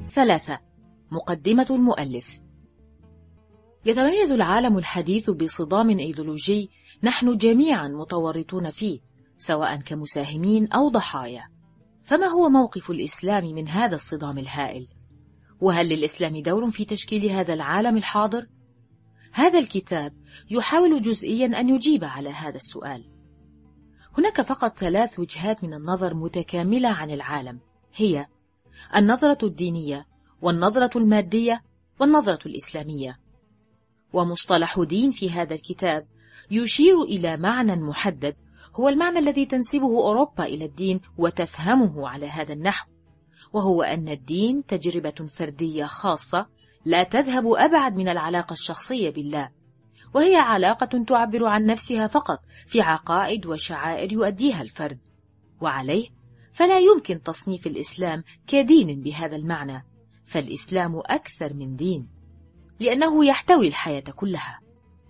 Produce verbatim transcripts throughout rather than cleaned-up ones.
ثلاثة. مقدمة المؤلف. يتميز العالم الحديث بصدام أيديولوجي نحن جميعا متورطون فيه، سواء كمساهمين أو ضحايا. فما هو موقف الإسلام من هذا الصدام الهائل؟ وهل للإسلام دور في تشكيل هذا العالم الحاضر؟ هذا الكتاب يحاول جزئيا أن يجيب على هذا السؤال. هناك فقط ثلاث وجهات من النظر متكاملة عن العالم، هي النظرة الدينية، والنظرة المادية، والنظرة الإسلامية. ومصطلح دين في هذا الكتاب يشير إلى معنى محدد، هو المعنى الذي تنسبه أوروبا إلى الدين وتفهمه على هذا النحو، وهو أن الدين تجربة فردية خاصة لا تذهب أبعد من العلاقة الشخصية بالله، وهي علاقة تعبر عن نفسها فقط في عقائد وشعائر يؤديها الفرد، وعليه فلا يمكن تصنيف الإسلام كدين بهذا المعنى، فالإسلام أكثر من دين، لأنه يحتوي الحياة كلها.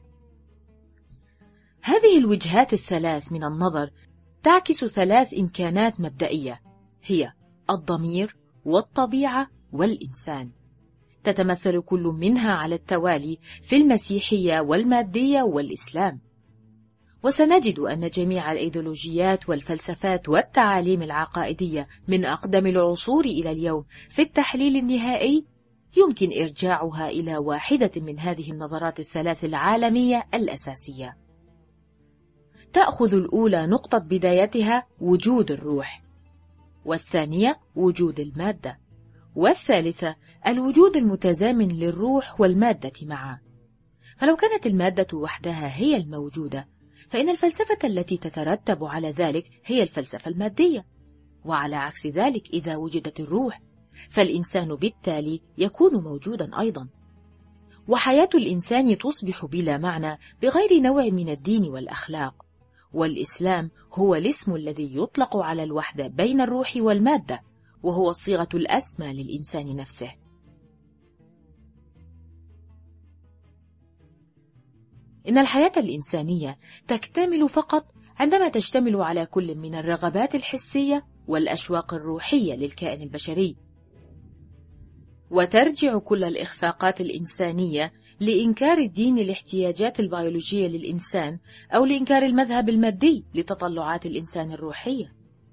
هذه الوجهات الثلاث من النظر تعكس ثلاث إمكانات مبدئية، هي الضمير والطبيعة والإنسان، تتمثل كل منها على التوالي في المسيحية والمادية والإسلام. وسنجد أن جميع الأيديولوجيات والفلسفات والتعاليم العقائدية من أقدم العصور إلى اليوم في التحليل النهائي يمكن إرجاعها إلى واحدة من هذه النظرات الثلاث العالمية الأساسية. تأخذ الأولى نقطة بدايتها وجود الروح، والثانية وجود المادة، والثالثة الوجود المتزامن للروح والمادة معا. فلو كانت المادة وحدها هي الموجودة، فإن الفلسفة التي تترتب على ذلك هي الفلسفة المادية، وعلى عكس ذلك إذا وجدت الروح فالإنسان بالتالي يكون موجودا أيضا، وحياة الإنسان تصبح بلا معنى بغير نوع من الدين والأخلاق. والإسلام هو الاسم الذي يطلق على الوحدة بين الروح والمادة، وهو الصيغة الأسمى للإنسان نفسه. إن الحياة الإنسانية تكتمل فقط عندما تشتمل على كل من الرغبات الحسية والأشواق الروحية للكائن البشري، وترجع كل الإخفاقات الإنسانية لإنكار الدين الاحتياجات البيولوجية للإنسان، أو لإنكار المذهب المادي لتطلعات الإنسان الروحية.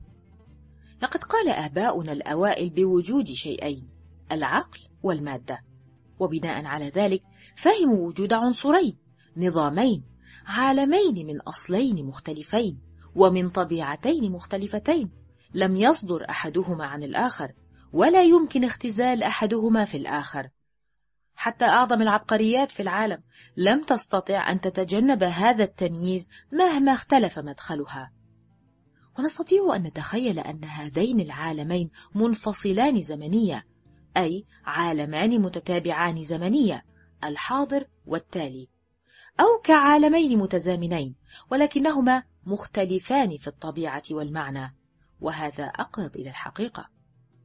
لقد قال آباؤنا الأوائل بوجود شيئين، العقل والمادة، وبناء على ذلك فهموا وجود عنصرين، نظامين، عالمين من أصلين مختلفين ومن طبيعتين مختلفتين، لم يصدر أحدهما عن الآخر، ولا يمكن اختزال أحدهما في الآخر. حتى أعظم العبقريات في العالم لم تستطع أن تتجنب هذا التمييز مهما اختلف مدخلها. ونستطيع أن نتخيل أن هذين العالمين منفصلان زمنيا، أي عالمان متتابعان زمنيا، الحاضر والتالي، أو كعالمين متزامنين ولكنهما مختلفان في الطبيعة والمعنى، وهذا أقرب إلى الحقيقة.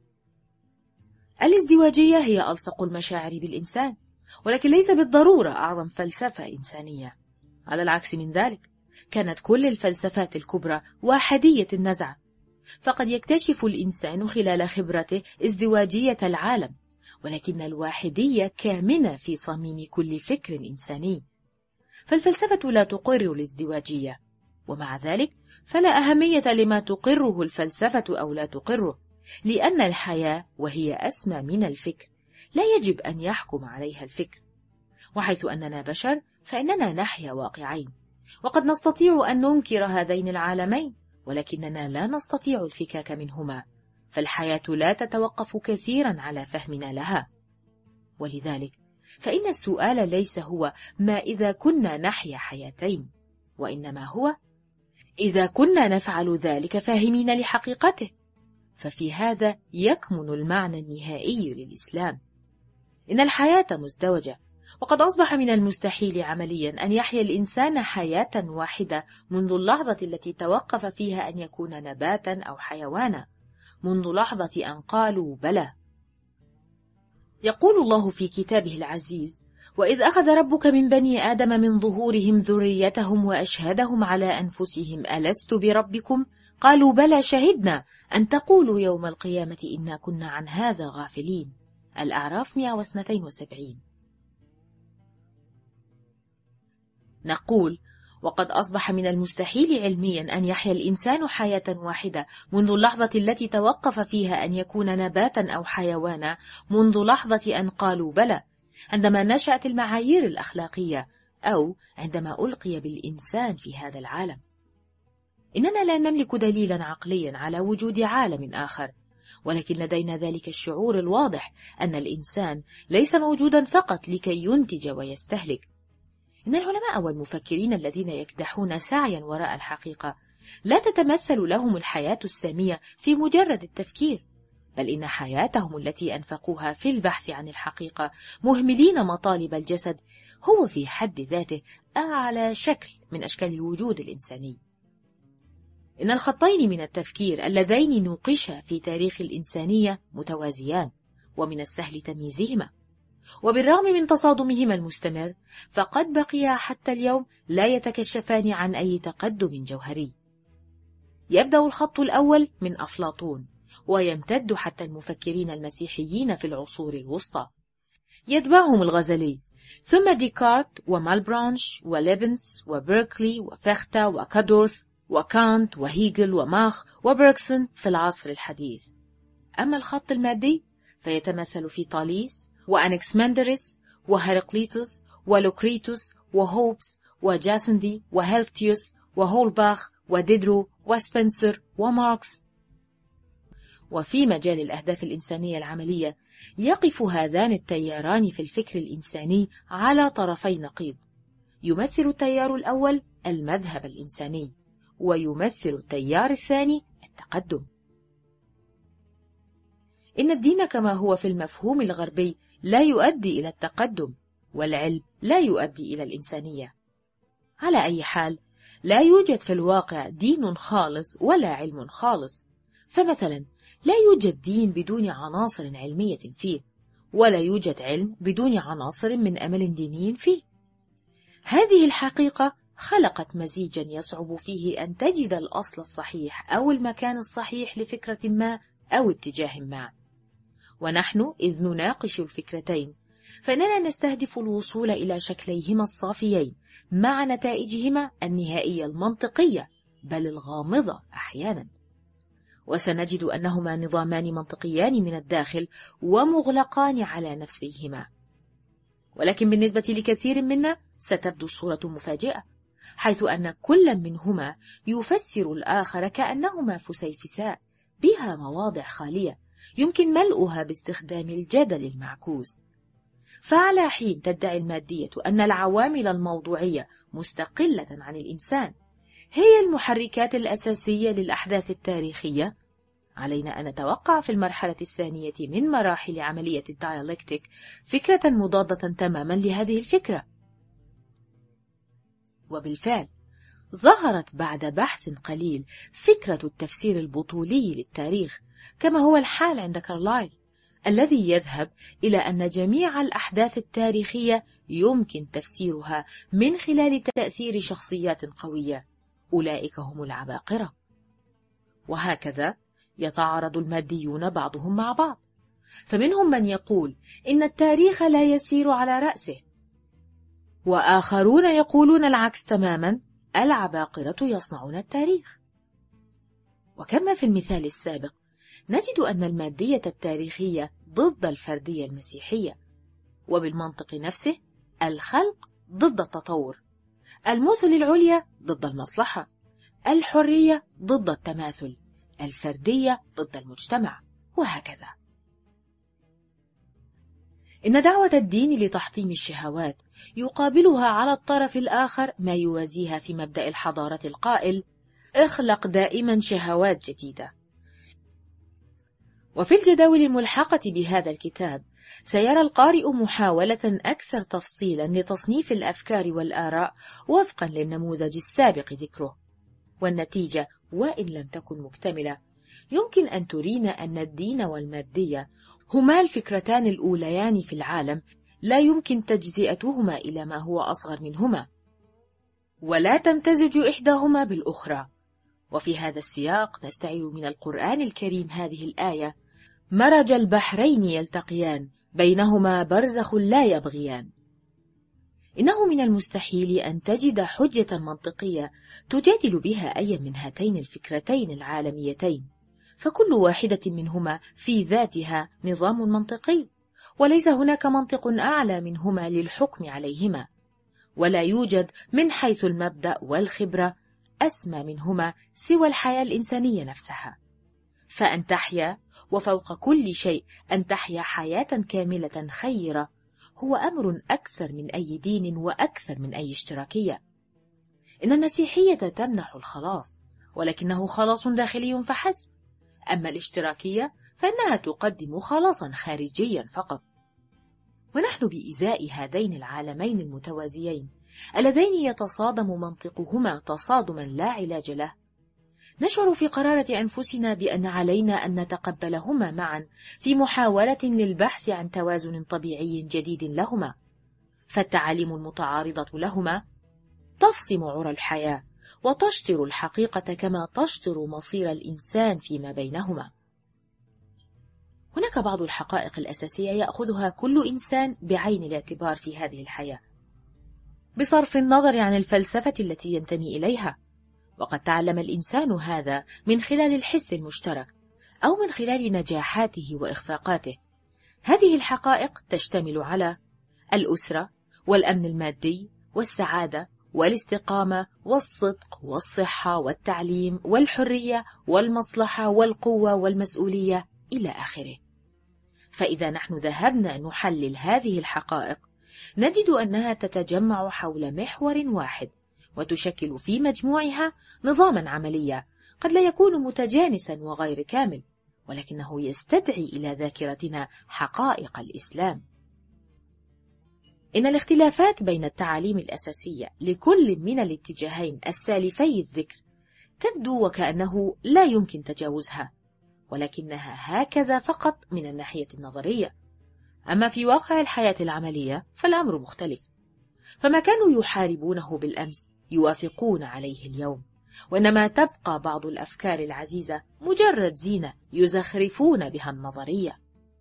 الازدواجية هي ألصق المشاعر بالإنسان، ولكن ليس بالضرورة أعظم فلسفة إنسانية. على العكس من ذلك، كانت كل الفلسفات الكبرى واحدية النزعة، فقد يكتشف الإنسان خلال خبرته ازدواجية العالم، ولكن الواحدية كامنة في صميم كل فكر إنساني. فالفلسفة لا تقر الازدواجية، ومع ذلك فلا أهمية لما تقره الفلسفة أو لا تقره، لأن الحياة وهي أسمى من الفكر لا يجب أن يحكم عليها الفكر، وحيث أننا بشر فإننا نحيا واقعين، وقد نستطيع أن ننكر هذين العالمين، ولكننا لا نستطيع الفكاك منهما، فالحياة لا تتوقف كثيرا على فهمنا لها. ولذلك فإن السؤال ليس هو ما إذا كنا نحيا حياتين، وإنما هو إذا كنا نفعل ذلك فاهمين لحقيقته، ففي هذا يكمن المعنى النهائي للإسلام. إن الحياة مزدوجة، وقد أصبح من المستحيل عمليا أن يحيا الإنسان حياة واحدة منذ اللحظة التي توقف فيها أن يكون نباتا أو حيوانا، منذ لحظة أن قالوا بلى. يقول الله في كتابه العزيز: وإذ أخذ ربك من بني آدم من ظهورهم ذريتهم وأشهدهم على أنفسهم ألست بربكم؟ قالوا بلى شهدنا أن تقولوا يوم القيامة إنا كنا عن هذا غافلين. الأعراف مئة واثنين وسبعين. نقول: وقد أصبح من المستحيل علميا أن يحيا الإنسان حياة واحدة منذ اللحظة التي توقف فيها أن يكون نباتا أو حيوانا، منذ لحظة أن قالوا بلى، عندما نشأت المعايير الأخلاقية، أو عندما ألقي بالإنسان في هذا العالم. إننا لا نملك دليلا عقليا على وجود عالم آخر، ولكن لدينا ذلك الشعور الواضح أن الإنسان ليس موجودا فقط لكي ينتج ويستهلك. إن العلماء والمفكرين الذين يكدحون سعيا وراء الحقيقة لا تتمثل لهم الحياة السامية في مجرد التفكير، بل إن حياتهم التي أنفقوها في البحث عن الحقيقة مهملين مطالب الجسد هو في حد ذاته أعلى شكل من أشكال الوجود الإنساني. إن الخطين من التفكير اللذين نوقشا في تاريخ الإنسانية متوازيان، ومن السهل تمييزهما، وبالرغم من تصادمهما المستمر فقد بقيا حتى اليوم لا يتكشفان عن أي تقدم جوهري. يبدأ الخط الأول من أفلاطون، ويمتد حتى المفكرين المسيحيين في العصور الوسطى، يتبعهم الغزالي، ثم ديكارت ومالبرانش وليبنز وبيركلي وفيخته وكادورث وكانت وهيجل وماخ وبرغسون في العصر الحديث. أما الخط المادي فيتمثل في طاليس وأنكسمندرس وهيراقليطس ولوكريتوس وهوبس وجاسندي وهيلكتيوس وهولباخ وديدرو وسبنسر وماركس. وفي مجال الأهداف الإنسانية العملية يقف هذان التياران في الفكر الإنساني على طرفي نقيض. يمثل التيار الأول المذهب الإنساني، ويمثل التيار الثاني التقدم. إن الدين كما هو في المفهوم الغربي لا يؤدي إلى التقدم، والعلم لا يؤدي إلى الإنسانية. على أي حال، لا يوجد في الواقع دين خالص ولا علم خالص. فمثلا لا يوجد دين بدون عناصر علمية فيه، ولا يوجد علم بدون عناصر من أمل ديني فيه. هذه الحقيقة خلقت مزيجا يصعب فيه أن تجد الأصل الصحيح أو المكان الصحيح لفكرة ما أو اتجاه ما. ونحن إذ نناقش الفكرتين فإننا نستهدف الوصول إلى شكليهما الصافيين مع نتائجهما النهائية المنطقية، بل الغامضة أحيانا. وسنجد أنهما نظامان منطقيان من الداخل ومغلقان على نفسيهما. ولكن بالنسبة لكثير منا ستبدو الصورة مفاجئة، حيث أن كل منهما يفسر الآخر كأنهما فسيفساء بها مواضع خالية يمكن ملؤها باستخدام الجدل المعكوس. فعلى حين تدعي المادية أن العوامل الموضوعية مستقلة عن الإنسان هي المحركات الأساسية للأحداث التاريخية، علينا أن نتوقع في المرحلة الثانية من مراحل عملية الديالكتيك فكرة مضادة تماما لهذه الفكرة. وبالفعل ظهرت بعد بحث قليل فكرة التفسير البطولي للتاريخ، كما هو الحال عند كارلايل، الذي يذهب إلى أن جميع الأحداث التاريخية يمكن تفسيرها من خلال تأثير شخصيات قوية، أولئك هم العباقرة. وهكذا يتعارض الماديون بعضهم مع بعض، فمنهم من يقول إن التاريخ لا يسير على رأسه، وآخرون يقولون العكس تماما، العباقرة يصنعون التاريخ. وكما في المثال السابق نجد أن المادية التاريخية ضد الفردية المسيحية، وبالمنطق نفسه الخلق ضد التطور، المثل العليا ضد المصلحة، الحرية ضد التماثل، الفردية ضد المجتمع، وهكذا. إن دعوة الدين لتحطيم الشهوات يقابلها على الطرف الآخر ما يوازيها في مبدأ الحضارة القائل: اخلق دائما شهوات جديدة. وفي الجداول الملحقة بهذا الكتاب سيرى القارئ محاولة أكثر تفصيلا لتصنيف الأفكار والآراء وفقا للنموذج السابق ذكره، والنتيجة وإن لم تكن مكتملة يمكن أن ترينا أن الدين والمادية هما الفكرتان الأوليان في العالم، لا يمكن تجزئتهما إلى ما هو أصغر منهما، ولا تمتزج إحداهما بالأخرى. وفي هذا السياق نستعير من القرآن الكريم هذه الآية: مرج البحرين يلتقيان بينهما برزخ لا يبغيان. إنه من المستحيل أن تجد حجة منطقية تجادل بها أي من هاتين الفكرتين العالميتين، فكل واحدة منهما في ذاتها نظام منطقي، وليس هناك منطق أعلى منهما للحكم عليهما، ولا يوجد من حيث المبدأ والخبرة أسمى منهما سوى الحياة الإنسانية نفسها. فأن تحيا، وفوق كل شيء أن تحيا حياة كاملة خيرة، هو أمر أكثر من أي دين وأكثر من أي اشتراكية. إن المسيحية تمنح الخلاص، ولكنه خلاص داخلي فحسب، أما الاشتراكية فإنها تقدم خلاصا خارجيا فقط. ونحن بإزاء هذين العالمين المتوازيين اللذين يتصادم منطقهما تصادما لا علاج له، نشعر في قرارة أنفسنا بأن علينا أن نتقبلهما معا في محاولة للبحث عن توازن طبيعي جديد لهما. فالتعاليم المتعارضة لهما تفصم عرى الحياة وتشطر الحقيقة كما تشطر مصير الإنسان فيما بينهما. هناك بعض الحقائق الأساسية يأخذها كل إنسان بعين الاعتبار في هذه الحياة، بصرف النظر عن الفلسفة التي ينتمي إليها، وقد تعلم الإنسان هذا من خلال الحس المشترك أو من خلال نجاحاته وإخفاقاته. هذه الحقائق تشتمل على الأسرة والأمن المادي والسعادة والاستقامة والصدق والصحة والتعليم والحرية والمصلحة والقوة والمسؤولية إلى آخره. فإذا نحن ذهبنا نحلل هذه الحقائق نجد أنها تتجمع حول محور واحد، وتشكل في مجموعها نظاما عمليا قد لا يكون متجانسا وغير كامل، ولكنه يستدعي إلى ذاكرتنا حقائق الإسلام. إن الاختلافات بين التعاليم الأساسية لكل من الاتجاهين السالفي الذكر تبدو وكأنه لا يمكن تجاوزها، ولكنها هكذا فقط من الناحية النظرية. أما في واقع الحياة العملية فالأمر مختلف، فما كانوا يحاربونه بالأمس يوافقون عليه اليوم، وإنما تبقى بعض الأفكار العزيزة مجرد زينة يزخرفون بها النظرية.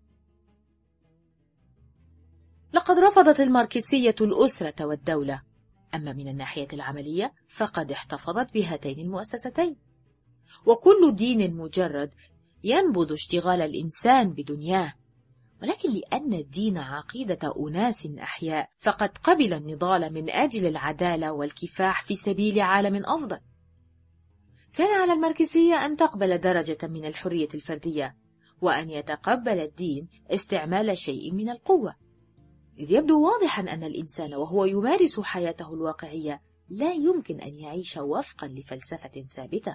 لقد رفضت الماركسية الأسرة والدولة، أما من الناحية العملية فقد احتفظت بهاتين المؤسستين. وكل دين مجرد ينبذ اشتغال الإنسان بدنياه، ولكن لأن الدين عقيدة أناس أحياء فقد قبل النضال من أجل العدالة والكفاح في سبيل عالم أفضل. كان على الماركسية أن تقبل درجة من الحرية الفردية، وأن يتقبل الدين استعمال شيء من القوة، إذ يبدو واضحا أن الإنسان وهو يمارس حياته الواقعية لا يمكن أن يعيش وفقا لفلسفة ثابتة.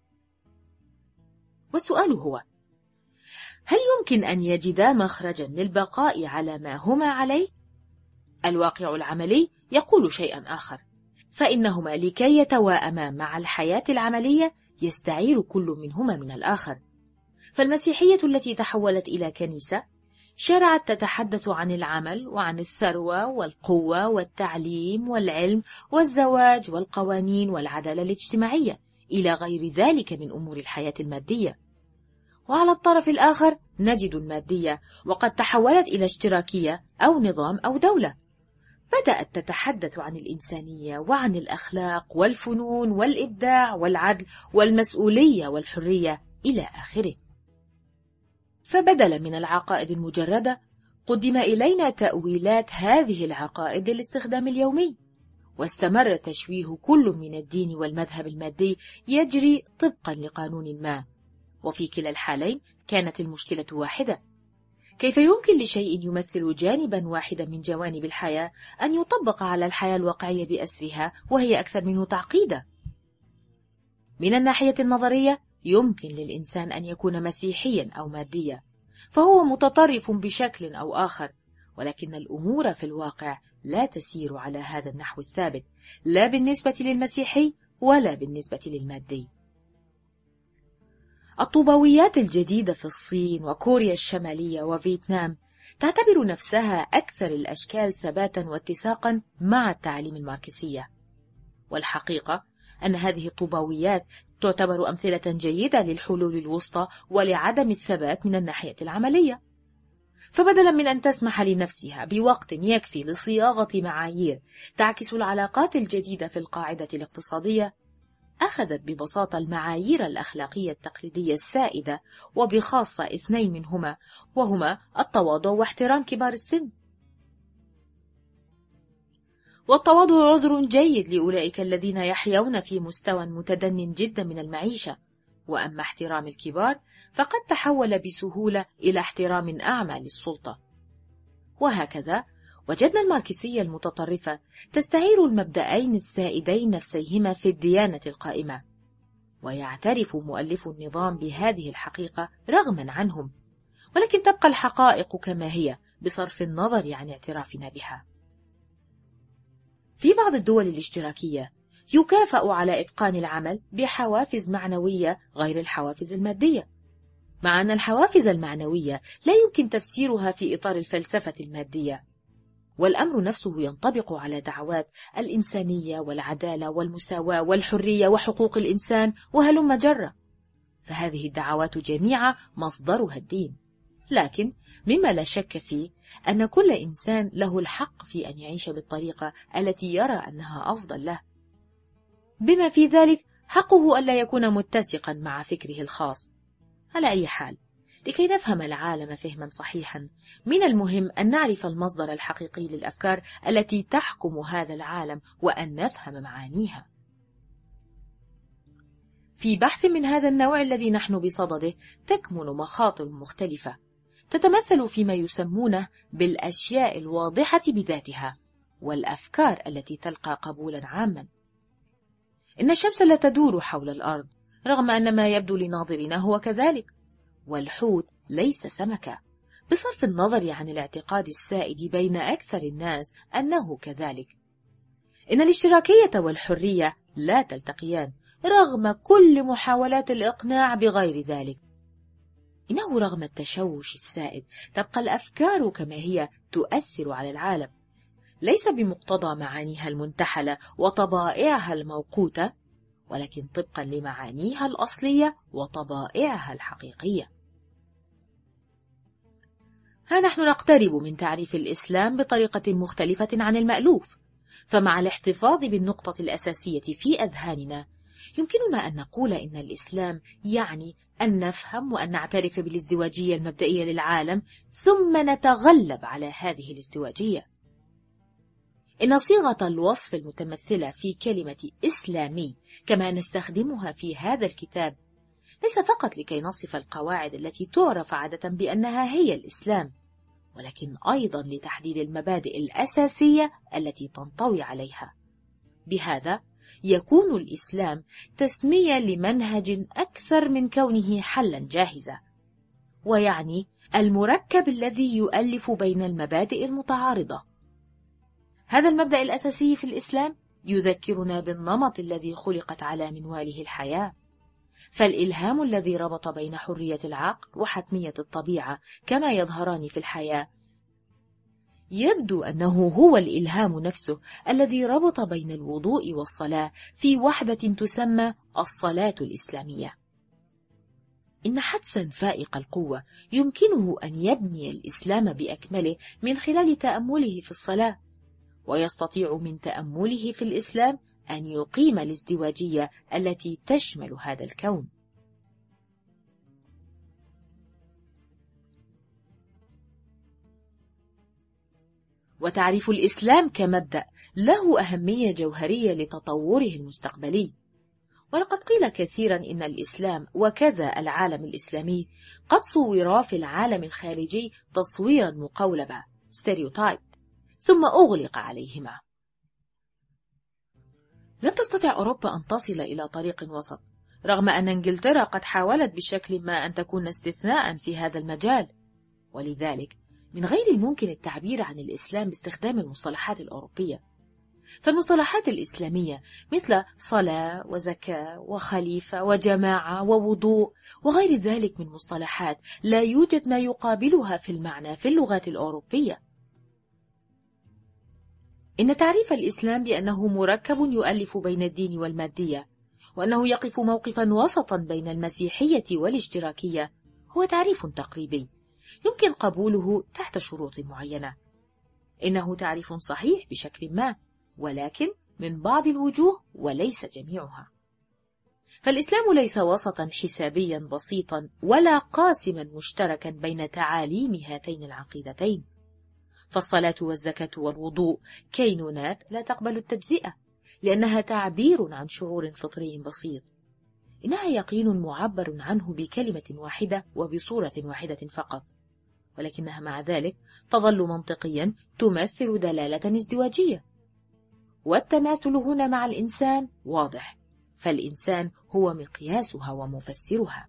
والسؤال هو: هل يمكن أن يجدا مخرجا للبقاء على ما هما عليه؟ الواقع العملي يقول شيئا آخر، فإنهما لكي يتواءما مع الحياة العملية يستعير كل منهما من الآخر. فالمسيحية التي تحولت إلى كنيسة شرعت تتحدث عن العمل وعن الثروة والقوة والتعليم والعلم والزواج والقوانين والعدالة الاجتماعية إلى غير ذلك من أمور الحياة المادية. وعلى الطرف الآخر نجد المادية وقد تحولت إلى اشتراكية أو نظام أو دولة، بدأت تتحدث عن الإنسانية وعن الأخلاق والفنون والإبداع والعدل والمسؤولية والحرية إلى آخره. فبدلا من العقائد المجردة قدم إلينا تأويلات هذه العقائد للاستخدام اليومي، واستمر تشويه كل من الدين والمذهب المادي يجري طبقا لقانون ما، وفي كلا الحالين كانت المشكلة واحدة: كيف يمكن لشيء يمثل جانبا واحدا من جوانب الحياة أن يطبق على الحياة الواقعية بأسرها وهي أكثر منه تعقيدا؟ من الناحية النظرية يمكن للإنسان أن يكون مسيحيا أو ماديا، فهو متطرف بشكل أو آخر، ولكن الأمور في الواقع لا تسير على هذا النحو الثابت، لا بالنسبة للمسيحي ولا بالنسبة للمادي. الطوباويات الجديدة في الصين وكوريا الشمالية وفيتنام تعتبر نفسها أكثر الأشكال ثباتا واتساقا مع التعاليم الماركسية، والحقيقة أن هذه الطوباويات تعتبر أمثلة جيدة للحلول الوسطى ولعدم الثبات من الناحية العملية. فبدلا من أن تسمح لنفسها بوقت يكفي لصياغة معايير تعكس العلاقات الجديدة في القاعدة الاقتصادية، أخذت ببساطة المعايير الأخلاقية التقليدية السائدة، وبخاصة اثنين منهما، وهما التواضع واحترام كبار السن. والتواضع عذر جيد لأولئك الذين يحيون في مستوى متدن جدا من المعيشة، وأما احترام الكبار فقد تحول بسهولة إلى احترام أعمى للسلطة. وهكذا وجدنا الماركسية المتطرفة تستعير المبدأين السائدين نفسيهما في الديانة القائمة، ويعترف مؤلف النظام بهذه الحقيقة رغما عنهم، ولكن تبقى الحقائق كما هي بصرف النظر عن اعترافنا بها. في بعض الدول الاشتراكية يكافأ على إتقان العمل بحوافز معنوية غير الحوافز المادية، مع أن الحوافز المعنوية لا يمكن تفسيرها في إطار الفلسفة المادية، والأمر نفسه ينطبق على دعوات الإنسانية والعدالة والمساواة والحرية وحقوق الإنسان وهلم جرة، فهذه الدعوات جميعها مصدرها الدين. لكن مما لا شك فيه أن كل إنسان له الحق في أن يعيش بالطريقة التي يرى أنها أفضل له، بما في ذلك حقه ألا يكون متسقا مع فكره الخاص. على أي حال، لكي نفهم العالم فهما صحيحا، من المهم أن نعرف المصدر الحقيقي للأفكار التي تحكم هذا العالم، وأن نفهم معانيها. في بحث من هذا النوع الذي نحن بصدده تكمن مخاطر مختلفة تتمثل فيما يسمونه بالأشياء الواضحة بذاتها، والأفكار التي تلقى قبولا عاما. إن الشمس لا تدور حول الأرض، رغم أن ما يبدو لناظرنا هو كذلك، والحوت ليس سمكة، بصرف النظر عن الاعتقاد السائد بين أكثر الناس أنه كذلك. إن الاشتراكية والحرية لا تلتقيان، رغم كل محاولات الإقناع بغير ذلك. إنه رغم التشوش السائد تبقى الأفكار كما هي تؤثر على العالم، ليس بمقتضى معانيها المنتحلة وطبائعها الموقوتة، ولكن طبقا لمعانيها الأصلية وطبائعها الحقيقية. ها نحن نقترب من تعريف الإسلام بطريقة مختلفة عن المألوف، فمع الاحتفاظ بالنقطة الأساسية في أذهاننا يمكننا أن نقول إن الإسلام يعني أن نفهم وأن نعترف بالازدواجية المبدئية للعالم، ثم نتغلب على هذه الازدواجية. إن صيغة الوصف المتمثلة في كلمة إسلامي كما نستخدمها في هذا الكتاب ليس فقط لكي نصف القواعد التي تعرف عادة بأنها هي الإسلام، ولكن أيضا لتحديد المبادئ الأساسية التي تنطوي عليها. بهذا يكون الإسلام تسمية لمنهج أكثر من كونه حلا جاهزا، ويعني المركب الذي يؤلف بين المبادئ المتعارضة. هذا المبدأ الأساسي في الإسلام يذكرنا بالنمط الذي خلقت على منواله الحياة، فالإلهام الذي ربط بين حرية العقل وحتمية الطبيعة كما يظهران في الحياة يبدو أنه هو الإلهام نفسه الذي ربط بين الوضوء والصلاة في وحدة تسمى الصلاة الإسلامية. إن حدسا فائق القوة يمكنه أن يبني الإسلام بأكمله من خلال تأمله في الصلاة، ويستطيع من تأمله في الإسلام أن يقيم الازدواجية التي تشمل هذا الكون. وتعريف الإسلام كمبدأ له أهمية جوهرية لتطوره المستقبلي، ولقد قيل كثيرا إن الإسلام وكذا العالم الإسلامي قد صورا في العالم الخارجي تصويرا مقولبا ستيريوتايب، ثم أغلق عليهما. لم تستطع أوروبا أن تصل إلى طريق وسط، رغم أن إنجلترا قد حاولت بشكل ما أن تكون استثناء في هذا المجال، ولذلك من غير الممكن التعبير عن الإسلام باستخدام المصطلحات الأوروبية. فالمصطلحات الإسلامية مثل صلاة وزكاة وخليفة وجماعة ووضوء وغير ذلك من مصطلحات لا يوجد ما يقابلها في المعنى في اللغات الأوروبية. إن تعريف الإسلام بأنه مركب يؤلف بين الدين والمادية، وأنه يقف موقفا وسطا بين المسيحية والاشتراكية، هو تعريف تقريبي يمكن قبوله تحت شروط معينة. إنه تعريف صحيح بشكل ما، ولكن من بعض الوجوه وليس جميعها. فالإسلام ليس وسطا حسابيا بسيطا ولا قاسما مشتركا بين تعاليم هاتين العقيدتين. فالصلاة والزكاة والوضوء كينونات لا تقبل التجزئة، لأنها تعبير عن شعور فطري بسيط. إنها يقين معبر عنه بكلمة واحدة وبصورة واحدة فقط، ولكنها مع ذلك تظل منطقيا تمثل دلالة ازدواجية. والتماثل هنا مع الإنسان واضح، فالإنسان هو مقياسها ومفسرها.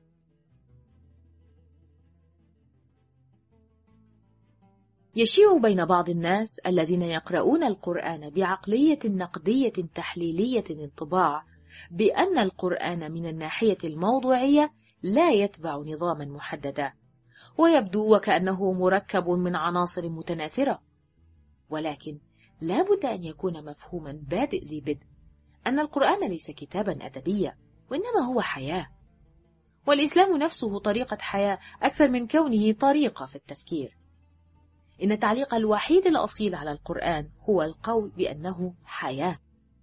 يشيع بين بعض الناس الذين يقرؤون القرآن بعقلية نقدية تحليلية انطباع بأن القرآن من الناحية الموضوعية لا يتبع نظاما محددا، ويبدو وكأنه مركب من عناصر متناثرة. ولكن لا بد أن يكون مفهوما بادئ ذي بدء أن القرآن ليس كتابا أدبيا، وإنما هو حياة. والإسلام نفسه طريقة حياة أكثر من كونه طريقة في التفكير. إن التعليق الوحيد الأصيل على القرآن هو القول بأنه حياة.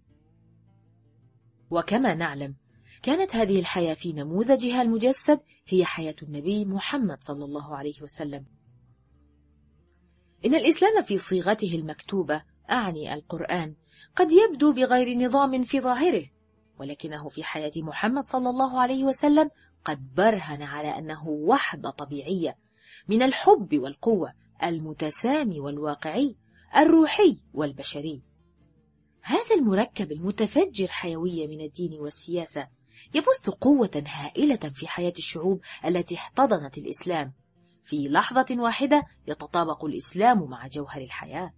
وكما نعلم، كانت هذه الحياة في نموذجها المجسد هي حياة النبي محمد صلى الله عليه وسلم. إن الإسلام في صيغته المكتوبة، أعني القرآن، قد يبدو بغير نظام في ظاهره، ولكنه في حياة محمد صلى الله عليه وسلم قد برهن على أنه وحدة طبيعية من الحب والقوة، المتسامي والواقعي، الروحي والبشري. هذا المركب المتفجر حيوية من الدين والسياسة يبث قوة هائلة في حياة الشعوب التي احتضنت الإسلام. في لحظة واحدة يتطابق الإسلام مع جوهر الحياة.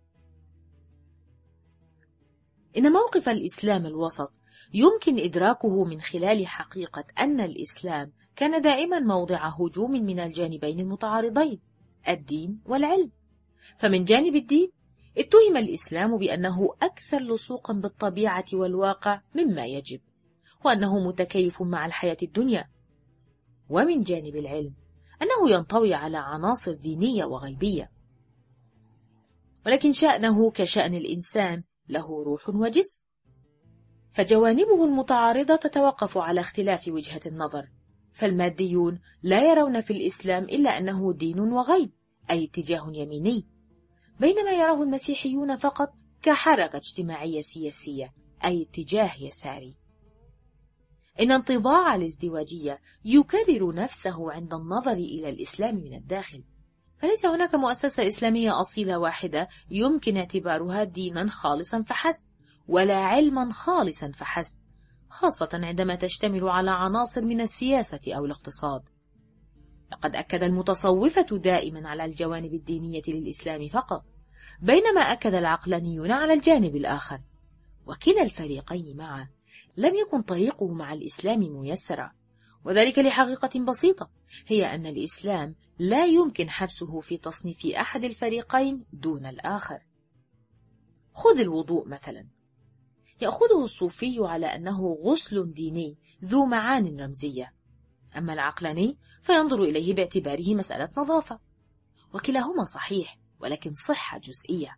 إن موقف الإسلام الوسط يمكن إدراكه من خلال حقيقة أن الإسلام كان دائما موضع هجوم من الجانبين المتعارضين، الدين والعلم. فمن جانب الدين اتهم الإسلام بأنه أكثر لصوقا بالطبيعة والواقع مما يجب، وأنه متكيف مع الحياة الدنيا. ومن جانب العلم أنه ينطوي على عناصر دينية وغيبية. ولكن شأنه كشأن الإنسان، له روح وجسم، فجوانبه المتعارضة تتوقف على اختلاف وجهة النظر. فالماديون لا يرون في الإسلام إلا أنه دين وغيب، أي اتجاه يميني، بينما يراه المسيحيون فقط كحركة اجتماعية سياسية، أي اتجاه يساري. إن انطباع الازدواجية يكرر نفسه عند النظر إلى الإسلام من الداخل، فليس هناك مؤسسة إسلامية أصيلة واحدة يمكن اعتبارها دينا خالصا فحسب، ولا علما خالصا فحسب، خاصة عندما تشتمل على عناصر من السياسة أو الاقتصاد. لقد أكد المتصوفة دائما على الجوانب الدينية للإسلام فقط، بينما أكد العقلانيون على الجانب الآخر. وكلا الفريقين معا لم يكن طريقه مع الإسلام ميسرا، وذلك لحقيقة بسيطة، هي أن الإسلام لا يمكن حبسه في تصنيف أحد الفريقين دون الآخر. خذ الوضوء مثلا، يأخذه الصوفي على أنه غسل ديني ذو معان رمزية، أما العقلاني فينظر إليه باعتباره مسألة نظافة. وكلاهما صحيح، ولكن صحة جزئية.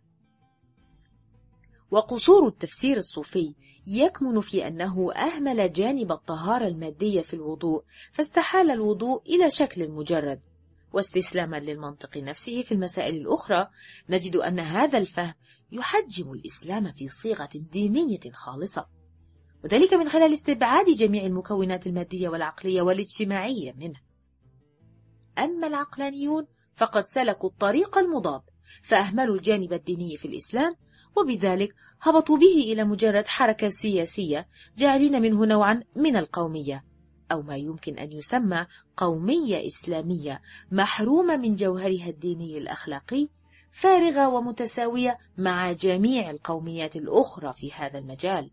وقصور التفسير الصوفي يكمن في أنه أهمل جانب الطهارة المادية في الوضوء، فاستحال الوضوء إلى شكل مجرد. واستسلاما للمنطق نفسه في المسائل الأخرى، نجد أن هذا الفهم يحجم الإسلام في صيغة دينية خالصة، وذلك من خلال استبعاد جميع المكونات المادية والعقلية والاجتماعية منه. أما العقلانيون فقد سلكوا الطريق المضاد، فأهملوا الجانب الديني في الإسلام، وبذلك هبطوا به إلى مجرد حركة سياسية، جاعلين منه نوعا من القومية، أو ما يمكن أن يسمى قومية إسلامية محرومة من جوهرها الديني الأخلاقي، فارغة ومتساوية مع جميع القوميات الأخرى في هذا المجال.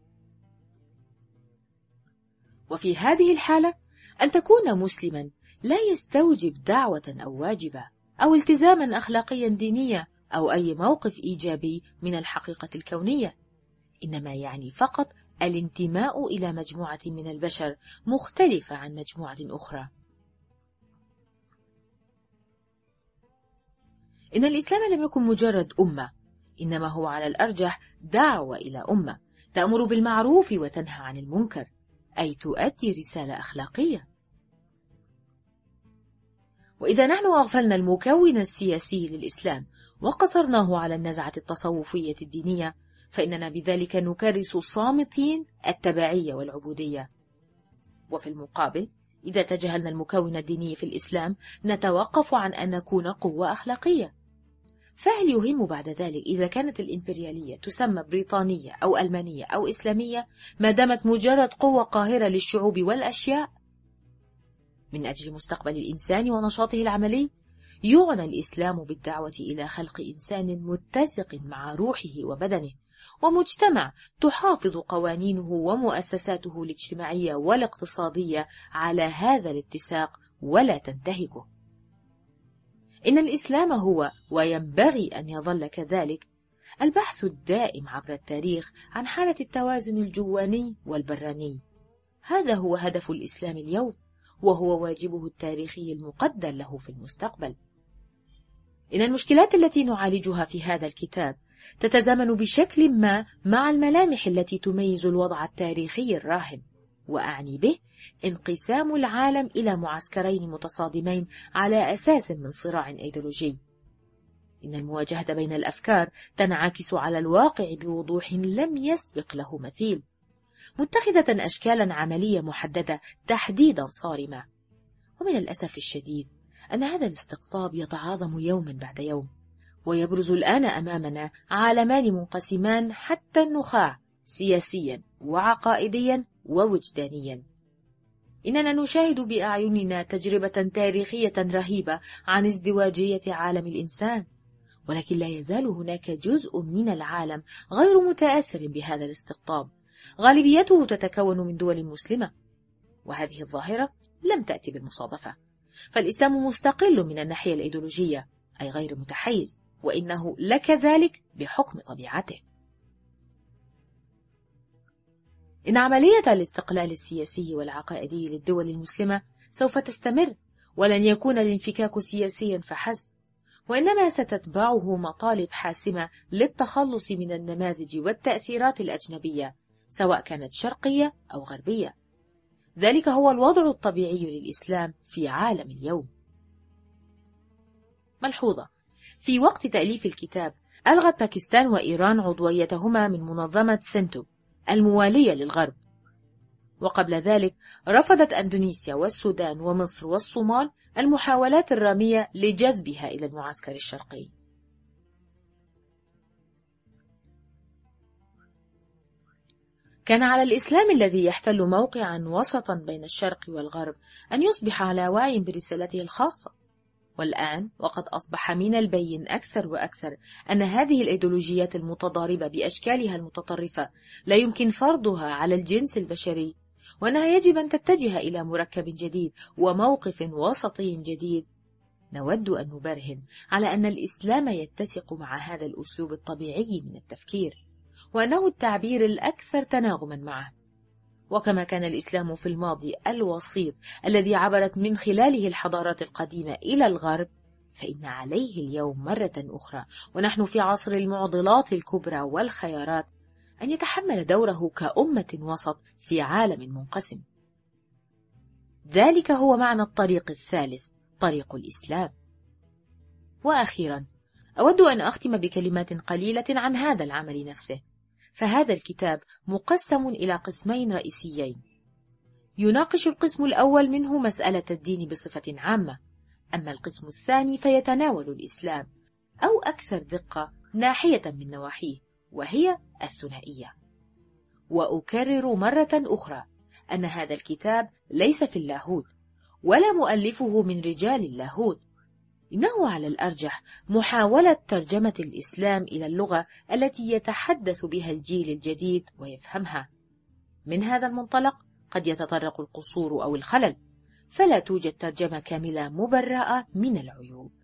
وفي هذه الحالة أن تكون مسلما لا يستوجب دعوة أو واجبا أو التزاما أخلاقيا دينيا أو أي موقف إيجابي من الحقيقة الكونية، إنما يعني فقط الانتماء إلى مجموعة من البشر مختلفة عن مجموعة أخرى. إن الإسلام لم يكن مجرد أمة، إنما هو على الأرجح دعوة إلى أمة تأمر بالمعروف وتنهى عن المنكر، أي تؤدي رسالة أخلاقية. وإذا نحن أغفلنا المكون السياسي للإسلام وقصرناه على النزعة التصوفية الدينية، فإننا بذلك نكرس صامتين التبعية والعبودية. وفي المقابل، إذا تجاهلنا المكون الديني في الإسلام نتوقف عن أن نكون قوة أخلاقية. فهل يهم بعد ذلك إذا كانت الإمبريالية تسمى بريطانية أو ألمانية أو إسلامية ما دامت مجرد قوة قاهرة للشعوب والأشياء؟ من أجل مستقبل الإنسان ونشاطه العملي، يعنى الإسلام بالدعوة إلى خلق إنسان متسق مع روحه وبدنه، ومجتمع تحافظ قوانينه ومؤسساته الاجتماعية والاقتصادية على هذا الاتساق ولا تنتهكه. إن الإسلام هو، وينبغي أن يظل كذلك، البحث الدائم عبر التاريخ عن حالة التوازن الجواني والبراني. هذا هو هدف الإسلام اليوم، وهو واجبه التاريخي المقدر له في المستقبل. إن المشكلات التي نعالجها في هذا الكتاب تتزامن بشكل ما مع الملامح التي تميز الوضع التاريخي الراهن، وأعني به انقسام العالم إلى معسكرين متصادمين على أساس من صراع أيديولوجي. إن المواجهة بين الأفكار تنعكس على الواقع بوضوح لم يسبق له مثيل، متخذة أشكالا عملية محددة تحديدا صارمة. ومن الأسف الشديد أن هذا الاستقطاب يتعاظم يوما بعد يوم، ويبرز الآن أمامنا عالمان منقسمان حتى النخاع، سياسيا وعقائديا ووجدانيا. إننا نشاهد بأعيننا تجربة تاريخية رهيبة عن ازدواجية عالم الإنسان، ولكن لا يزال هناك جزء من العالم غير متأثر بهذا الاستقطاب، غالبيته تتكون من دول مسلمة. وهذه الظاهرة لم تأتي بالمصادفة، فالإسلام مستقل من الناحية الأيديولوجية، أي غير متحيز، وإنه لكذلك بحكم طبيعته. إن عملية الاستقلال السياسي والعقائدي للدول المسلمة سوف تستمر، ولن يكون الانفكاك سياسيا فحسب، وإنما ستتبعه مطالب حاسمة للتخلص من النماذج والتأثيرات الأجنبية، سواء كانت شرقية أو غربية. ذلك هو الوضع الطبيعي للإسلام في عالم اليوم. ملحوظة: في وقت تأليف الكتاب ألغت باكستان وإيران عضويتهما من منظمة سنتو الموالية للغرب، وقبل ذلك رفضت أندونيسيا والسودان ومصر والصومال المحاولات الرامية لجذبها إلى المعسكر الشرقي. كان على الإسلام الذي يحتل موقعا وسطا بين الشرق والغرب أن يصبح على وعي برسالته الخاصة. والآن وقد أصبح من البين أكثر وأكثر أن هذه الإيديولوجيات المتضاربة بأشكالها المتطرفة لا يمكن فرضها على الجنس البشري، وأنها يجب أن تتجه إلى مركب جديد وموقف وسطي جديد. نود أن نبرهن على أن الإسلام يتسق مع هذا الأسلوب الطبيعي من التفكير، وأنه التعبير الأكثر تناغما معه. وكما كان الإسلام في الماضي الوسيط الذي عبرت من خلاله الحضارات القديمة إلى الغرب، فإن عليه اليوم مرة أخرى، ونحن في عصر المعضلات الكبرى والخيارات، أن يتحمل دوره كأمة وسط في عالم منقسم. ذلك هو معنى الطريق الثالث، طريق الإسلام. وأخيرا أود أن أختم بكلمات قليلة عن هذا العمل نفسه. فهذا الكتاب مقسم إلى قسمين رئيسيين، يناقش القسم الأول منه مسألة الدين بصفة عامة، أما القسم الثاني فيتناول الإسلام، أو أكثر دقة ناحية من نواحيه، وهي الثنائية. وأكرر مرة أخرى أن هذا الكتاب ليس في اللاهوت، ولا مؤلفه من رجال اللاهوت، إنه على الأرجح محاولة ترجمة الإسلام إلى اللغة التي يتحدث بها الجيل الجديد ويفهمها. من هذا المنطلق قد يتطرق القصور أو الخلل، فلا توجد ترجمة كاملة مبرأة من العيوب.